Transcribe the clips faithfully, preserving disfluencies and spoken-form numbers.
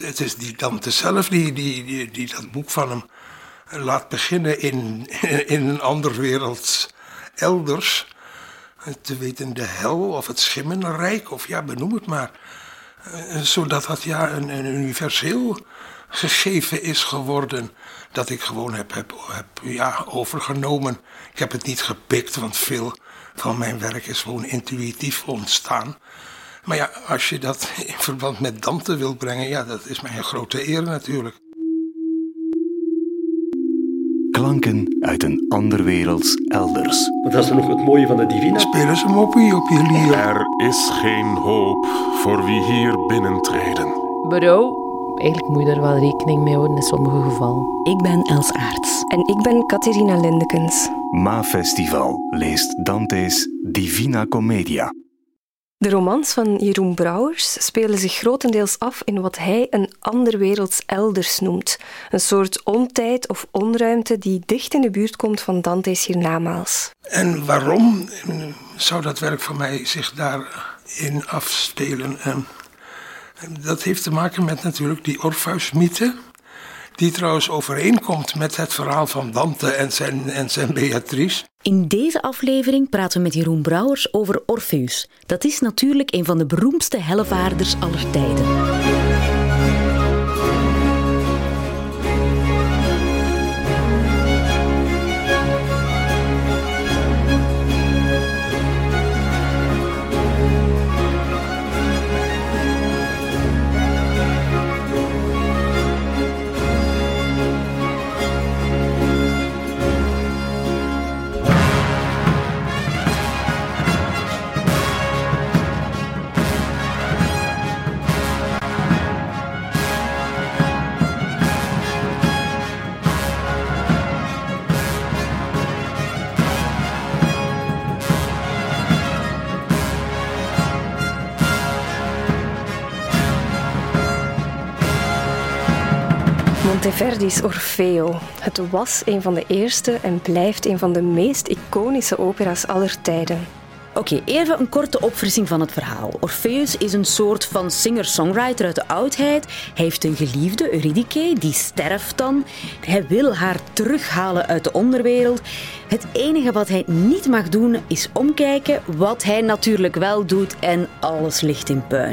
het is die Dante zelf die, die, die, die dat boek van hem laat beginnen in, in een ander wereld elders. Te weten de hel of het schimmenrijk, of ja, benoem het maar. Uh, zodat dat ja een, een universeel gegeven is geworden. Dat ik gewoon heb, heb, heb ja, overgenomen. Ik heb het niet gepikt, want veel van mijn werk is gewoon intuïtief ontstaan. Maar ja, als je dat in verband met Dante wilt brengen, ja, dat is mij een grote eer natuurlijk. Klanken uit een ander werelds elders. Wat is er nog het mooie van de Divina? Spelen ze moppie op je lier. Er is geen hoop voor wie hier binnentreden. Bro, eigenlijk moet je daar wel rekening mee houden in sommige gevallen. Ik ben Els Aerts. En ik ben Catharina Lindekens. MAFestival leest Dante's Divina Commedia. De romans van Jeroen Brouwers spelen zich grotendeels af in wat hij een ander werelds elders noemt. Een soort ontijd of onruimte die dicht in de buurt komt van Dante's hiernamaals. En waarom zou dat werk van mij zich daarin afspelen? Dat heeft te maken met natuurlijk die Orpheus-mythe, die trouwens overeenkomt met het verhaal van Dante en zijn, en zijn Beatrice. In deze aflevering praten we met Jeroen Brouwers over Orpheus. Dat is natuurlijk een van de beroemdste hellevaarders aller tijden. Monteverdi's Orfeo. Het was een van de eerste en blijft een van de meest iconische opera's aller tijden. Oké, okay, even een korte opfrissing van het verhaal. Orpheus is een soort van singer-songwriter uit de oudheid. Hij heeft een geliefde, Eurydice, die sterft dan. Hij wil haar terughalen uit de onderwereld. Het enige wat hij niet mag doen is omkijken, wat hij natuurlijk wel doet en alles ligt in puin.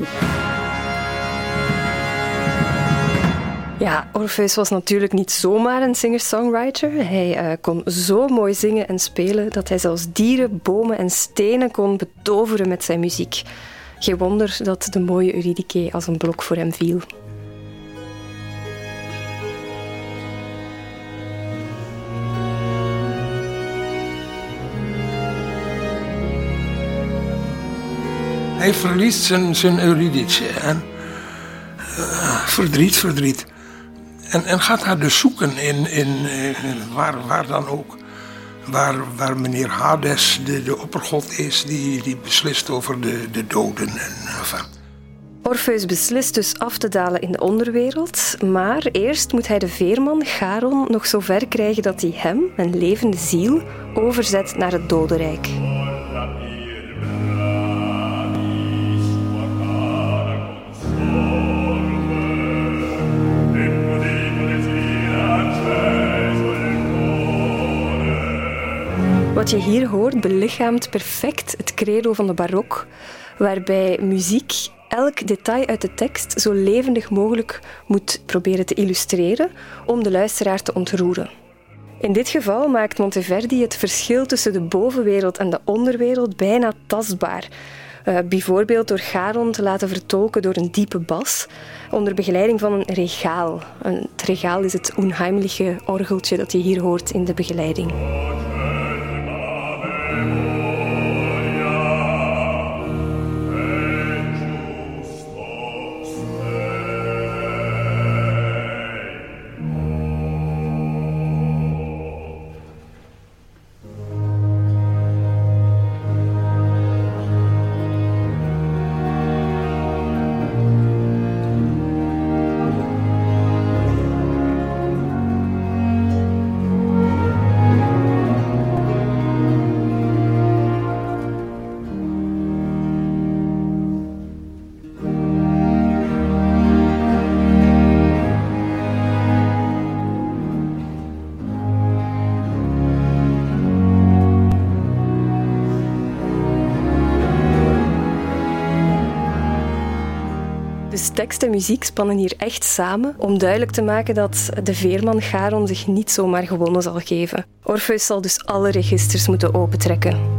Ja, Orpheus was natuurlijk niet zomaar een singer-songwriter. Hij uh, kon zo mooi zingen en spelen dat hij zelfs dieren, bomen en stenen kon betoveren met zijn muziek. Geen wonder dat de mooie Eurydice als een blok voor hem viel. Hij verliest zijn, zijn Eurydice en uh, verdriet, verdriet. En, en gaat haar dus zoeken in, in, in waar, waar dan ook. Waar, waar meneer Hades de, de oppergod is die, die beslist over de, de doden. En, enfin. Orpheus beslist dus af te dalen in de onderwereld. Maar eerst moet hij de veerman Charon nog zo ver krijgen dat hij hem, een levende ziel, overzet naar het dodenrijk. Wat je hier hoort belichaamt perfect het credo van de barok, waarbij muziek elk detail uit de tekst zo levendig mogelijk moet proberen te illustreren om de luisteraar te ontroeren. In dit geval maakt Monteverdi het verschil tussen de bovenwereld en de onderwereld bijna tastbaar. Uh, bijvoorbeeld door Charon te laten vertolken door een diepe bas, onder begeleiding van een regaal. Het regaal is het onheimliche orgeltje dat je hier hoort in de begeleiding. tekst en muziek spannen hier echt samen om duidelijk te maken dat de veerman Charon zich niet zomaar gewonnen zal geven. Orpheus zal dus alle registers moeten opentrekken.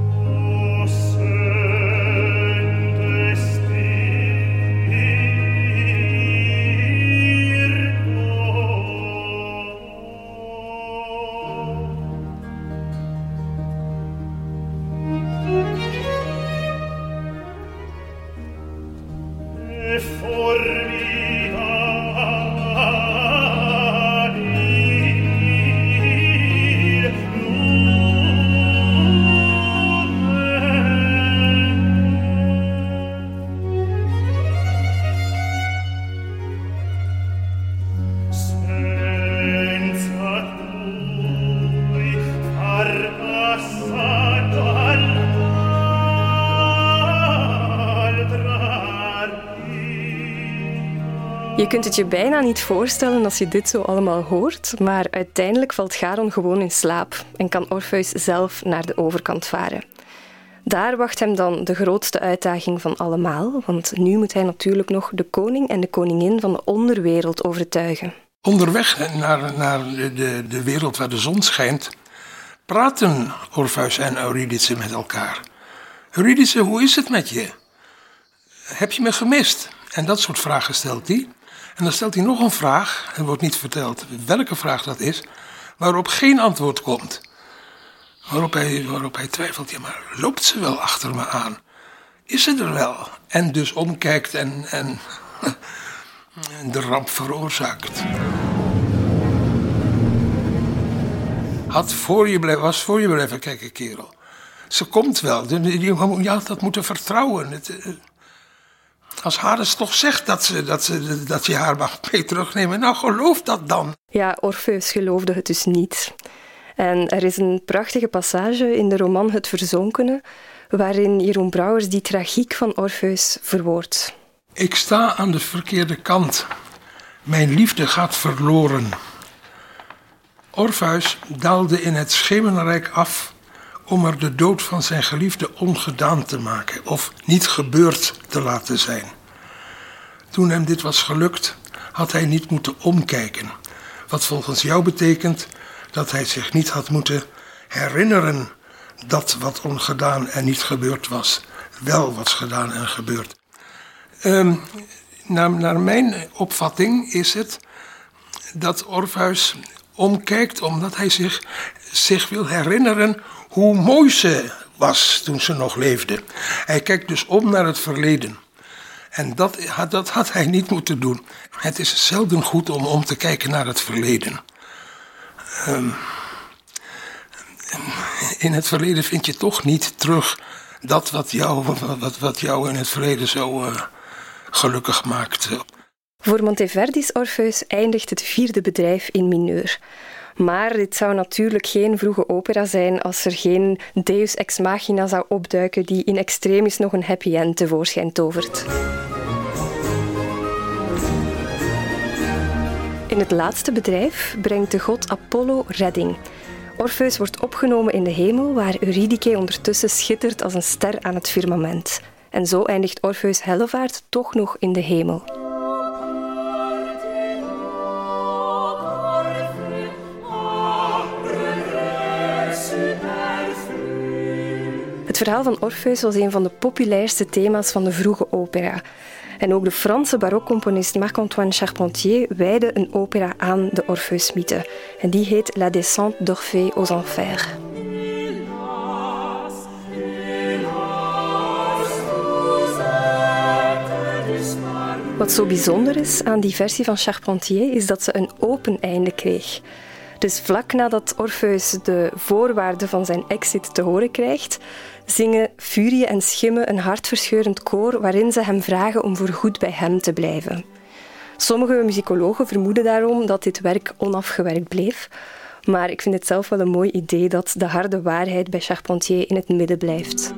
Je kunt het je bijna niet voorstellen als je dit zo allemaal hoort, maar uiteindelijk valt Charon gewoon in slaap en kan Orpheus zelf naar de overkant varen. Daar wacht hem dan de grootste uitdaging van allemaal, want nu moet hij natuurlijk nog de koning en de koningin van de onderwereld overtuigen. Onderweg naar, naar de, de, de wereld waar de zon schijnt, praten Orpheus en Eurydice met elkaar. Eurydice, hoe is het met je? Heb je me gemist? En dat soort vragen stelt hij. En dan stelt hij nog een vraag, er wordt niet verteld welke vraag dat is, waarop geen antwoord komt. Waarop hij, waarop hij twijfelt, ja maar loopt ze wel achter me aan? Is ze er wel? En dus omkijkt en, en de ramp veroorzaakt. Had voor je blijven, was voor je blijven kijken, kerel. Ze komt wel, je had dat moeten vertrouwen. Het, Als Hades toch zegt dat, ze, dat, ze, dat je haar mag mee terugnemen, nou geloof dat dan. Ja, Orpheus geloofde het dus niet. En er is een prachtige passage in de roman Het Verzonkene, waarin Jeroen Brouwers die tragiek van Orpheus verwoordt. Ik sta aan de verkeerde kant. Mijn liefde gaat verloren. Orpheus daalde in het schemenrijk af om er de dood van zijn geliefde ongedaan te maken of niet gebeurd te laten zijn. Toen hem dit was gelukt, had hij niet moeten omkijken, wat volgens jou betekent dat hij zich niet had moeten herinneren dat wat ongedaan en niet gebeurd was, wel was gedaan en gebeurd. Um, naar, naar mijn opvatting is het dat Orpheus omkijkt omdat hij zich, zich wil herinneren hoe mooi ze was toen ze nog leefde. Hij kijkt dus om naar het verleden. En dat, dat had hij niet moeten doen. Het is zelden goed om om te kijken naar het verleden. Um, in het verleden vind je toch niet terug dat wat jou, wat, wat jou in het verleden zo uh, gelukkig maakt. Voor Monteverdi's Orpheus eindigt het vierde bedrijf in mineur. Maar dit zou natuurlijk geen vroege opera zijn als er geen deus ex machina zou opduiken die in extremis nog een happy end tevoorschijn tovert. In het laatste bedrijf brengt de god Apollo redding. Orpheus wordt opgenomen in de hemel, waar Eurydice ondertussen schittert als een ster aan het firmament. En zo eindigt Orpheus' hellevaart toch nog in de hemel. Het verhaal van Orpheus was een van de populairste thema's van de vroege opera. En ook de Franse barokcomponist Marc-Antoine Charpentier wijde een opera aan de Orpheus-mythe. En die heet La Descente d'Orphée aux Enfers. Wat zo bijzonder is aan die versie van Charpentier is dat ze een open einde kreeg. Dus vlak nadat Orpheus de voorwaarden van zijn exit te horen krijgt, zingen Furie en Schimme een hartverscheurend koor waarin ze hem vragen om voorgoed bij hem te blijven. Sommige muzikologen vermoeden daarom dat dit werk onafgewerkt bleef, maar ik vind het zelf wel een mooi idee dat de harde waarheid bij Charpentier in het midden blijft.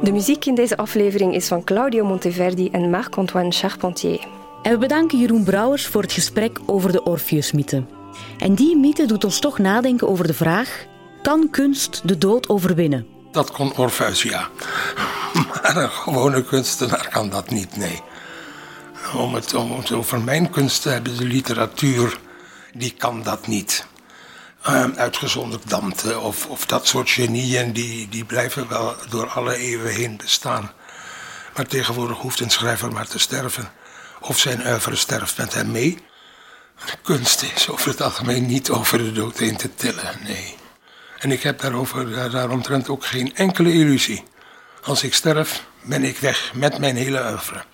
De muziek in deze aflevering is van Claudio Monteverdi en Marc-Antoine Charpentier. En we bedanken Jeroen Brouwers voor het gesprek over de Orpheus-mythe. En die mythe doet ons toch nadenken over de vraag: kan kunst de dood overwinnen? Dat kon Orpheus, ja. Maar een gewone kunstenaar kan dat niet, nee. Om het, om het over mijn kunst te hebben, de literatuur, die kan dat niet. Uh, uitgezonderd Dante of, of dat soort genieën, die, die blijven wel door alle eeuwen heen bestaan. Maar tegenwoordig hoeft een schrijver maar te sterven. Of zijn oeuvre sterft met hem mee. Kunst is over het algemeen niet over de dood heen te tillen, nee. En ik heb daarover, daaromtrent ook geen enkele illusie. Als ik sterf, ben ik weg met mijn hele oeuvre.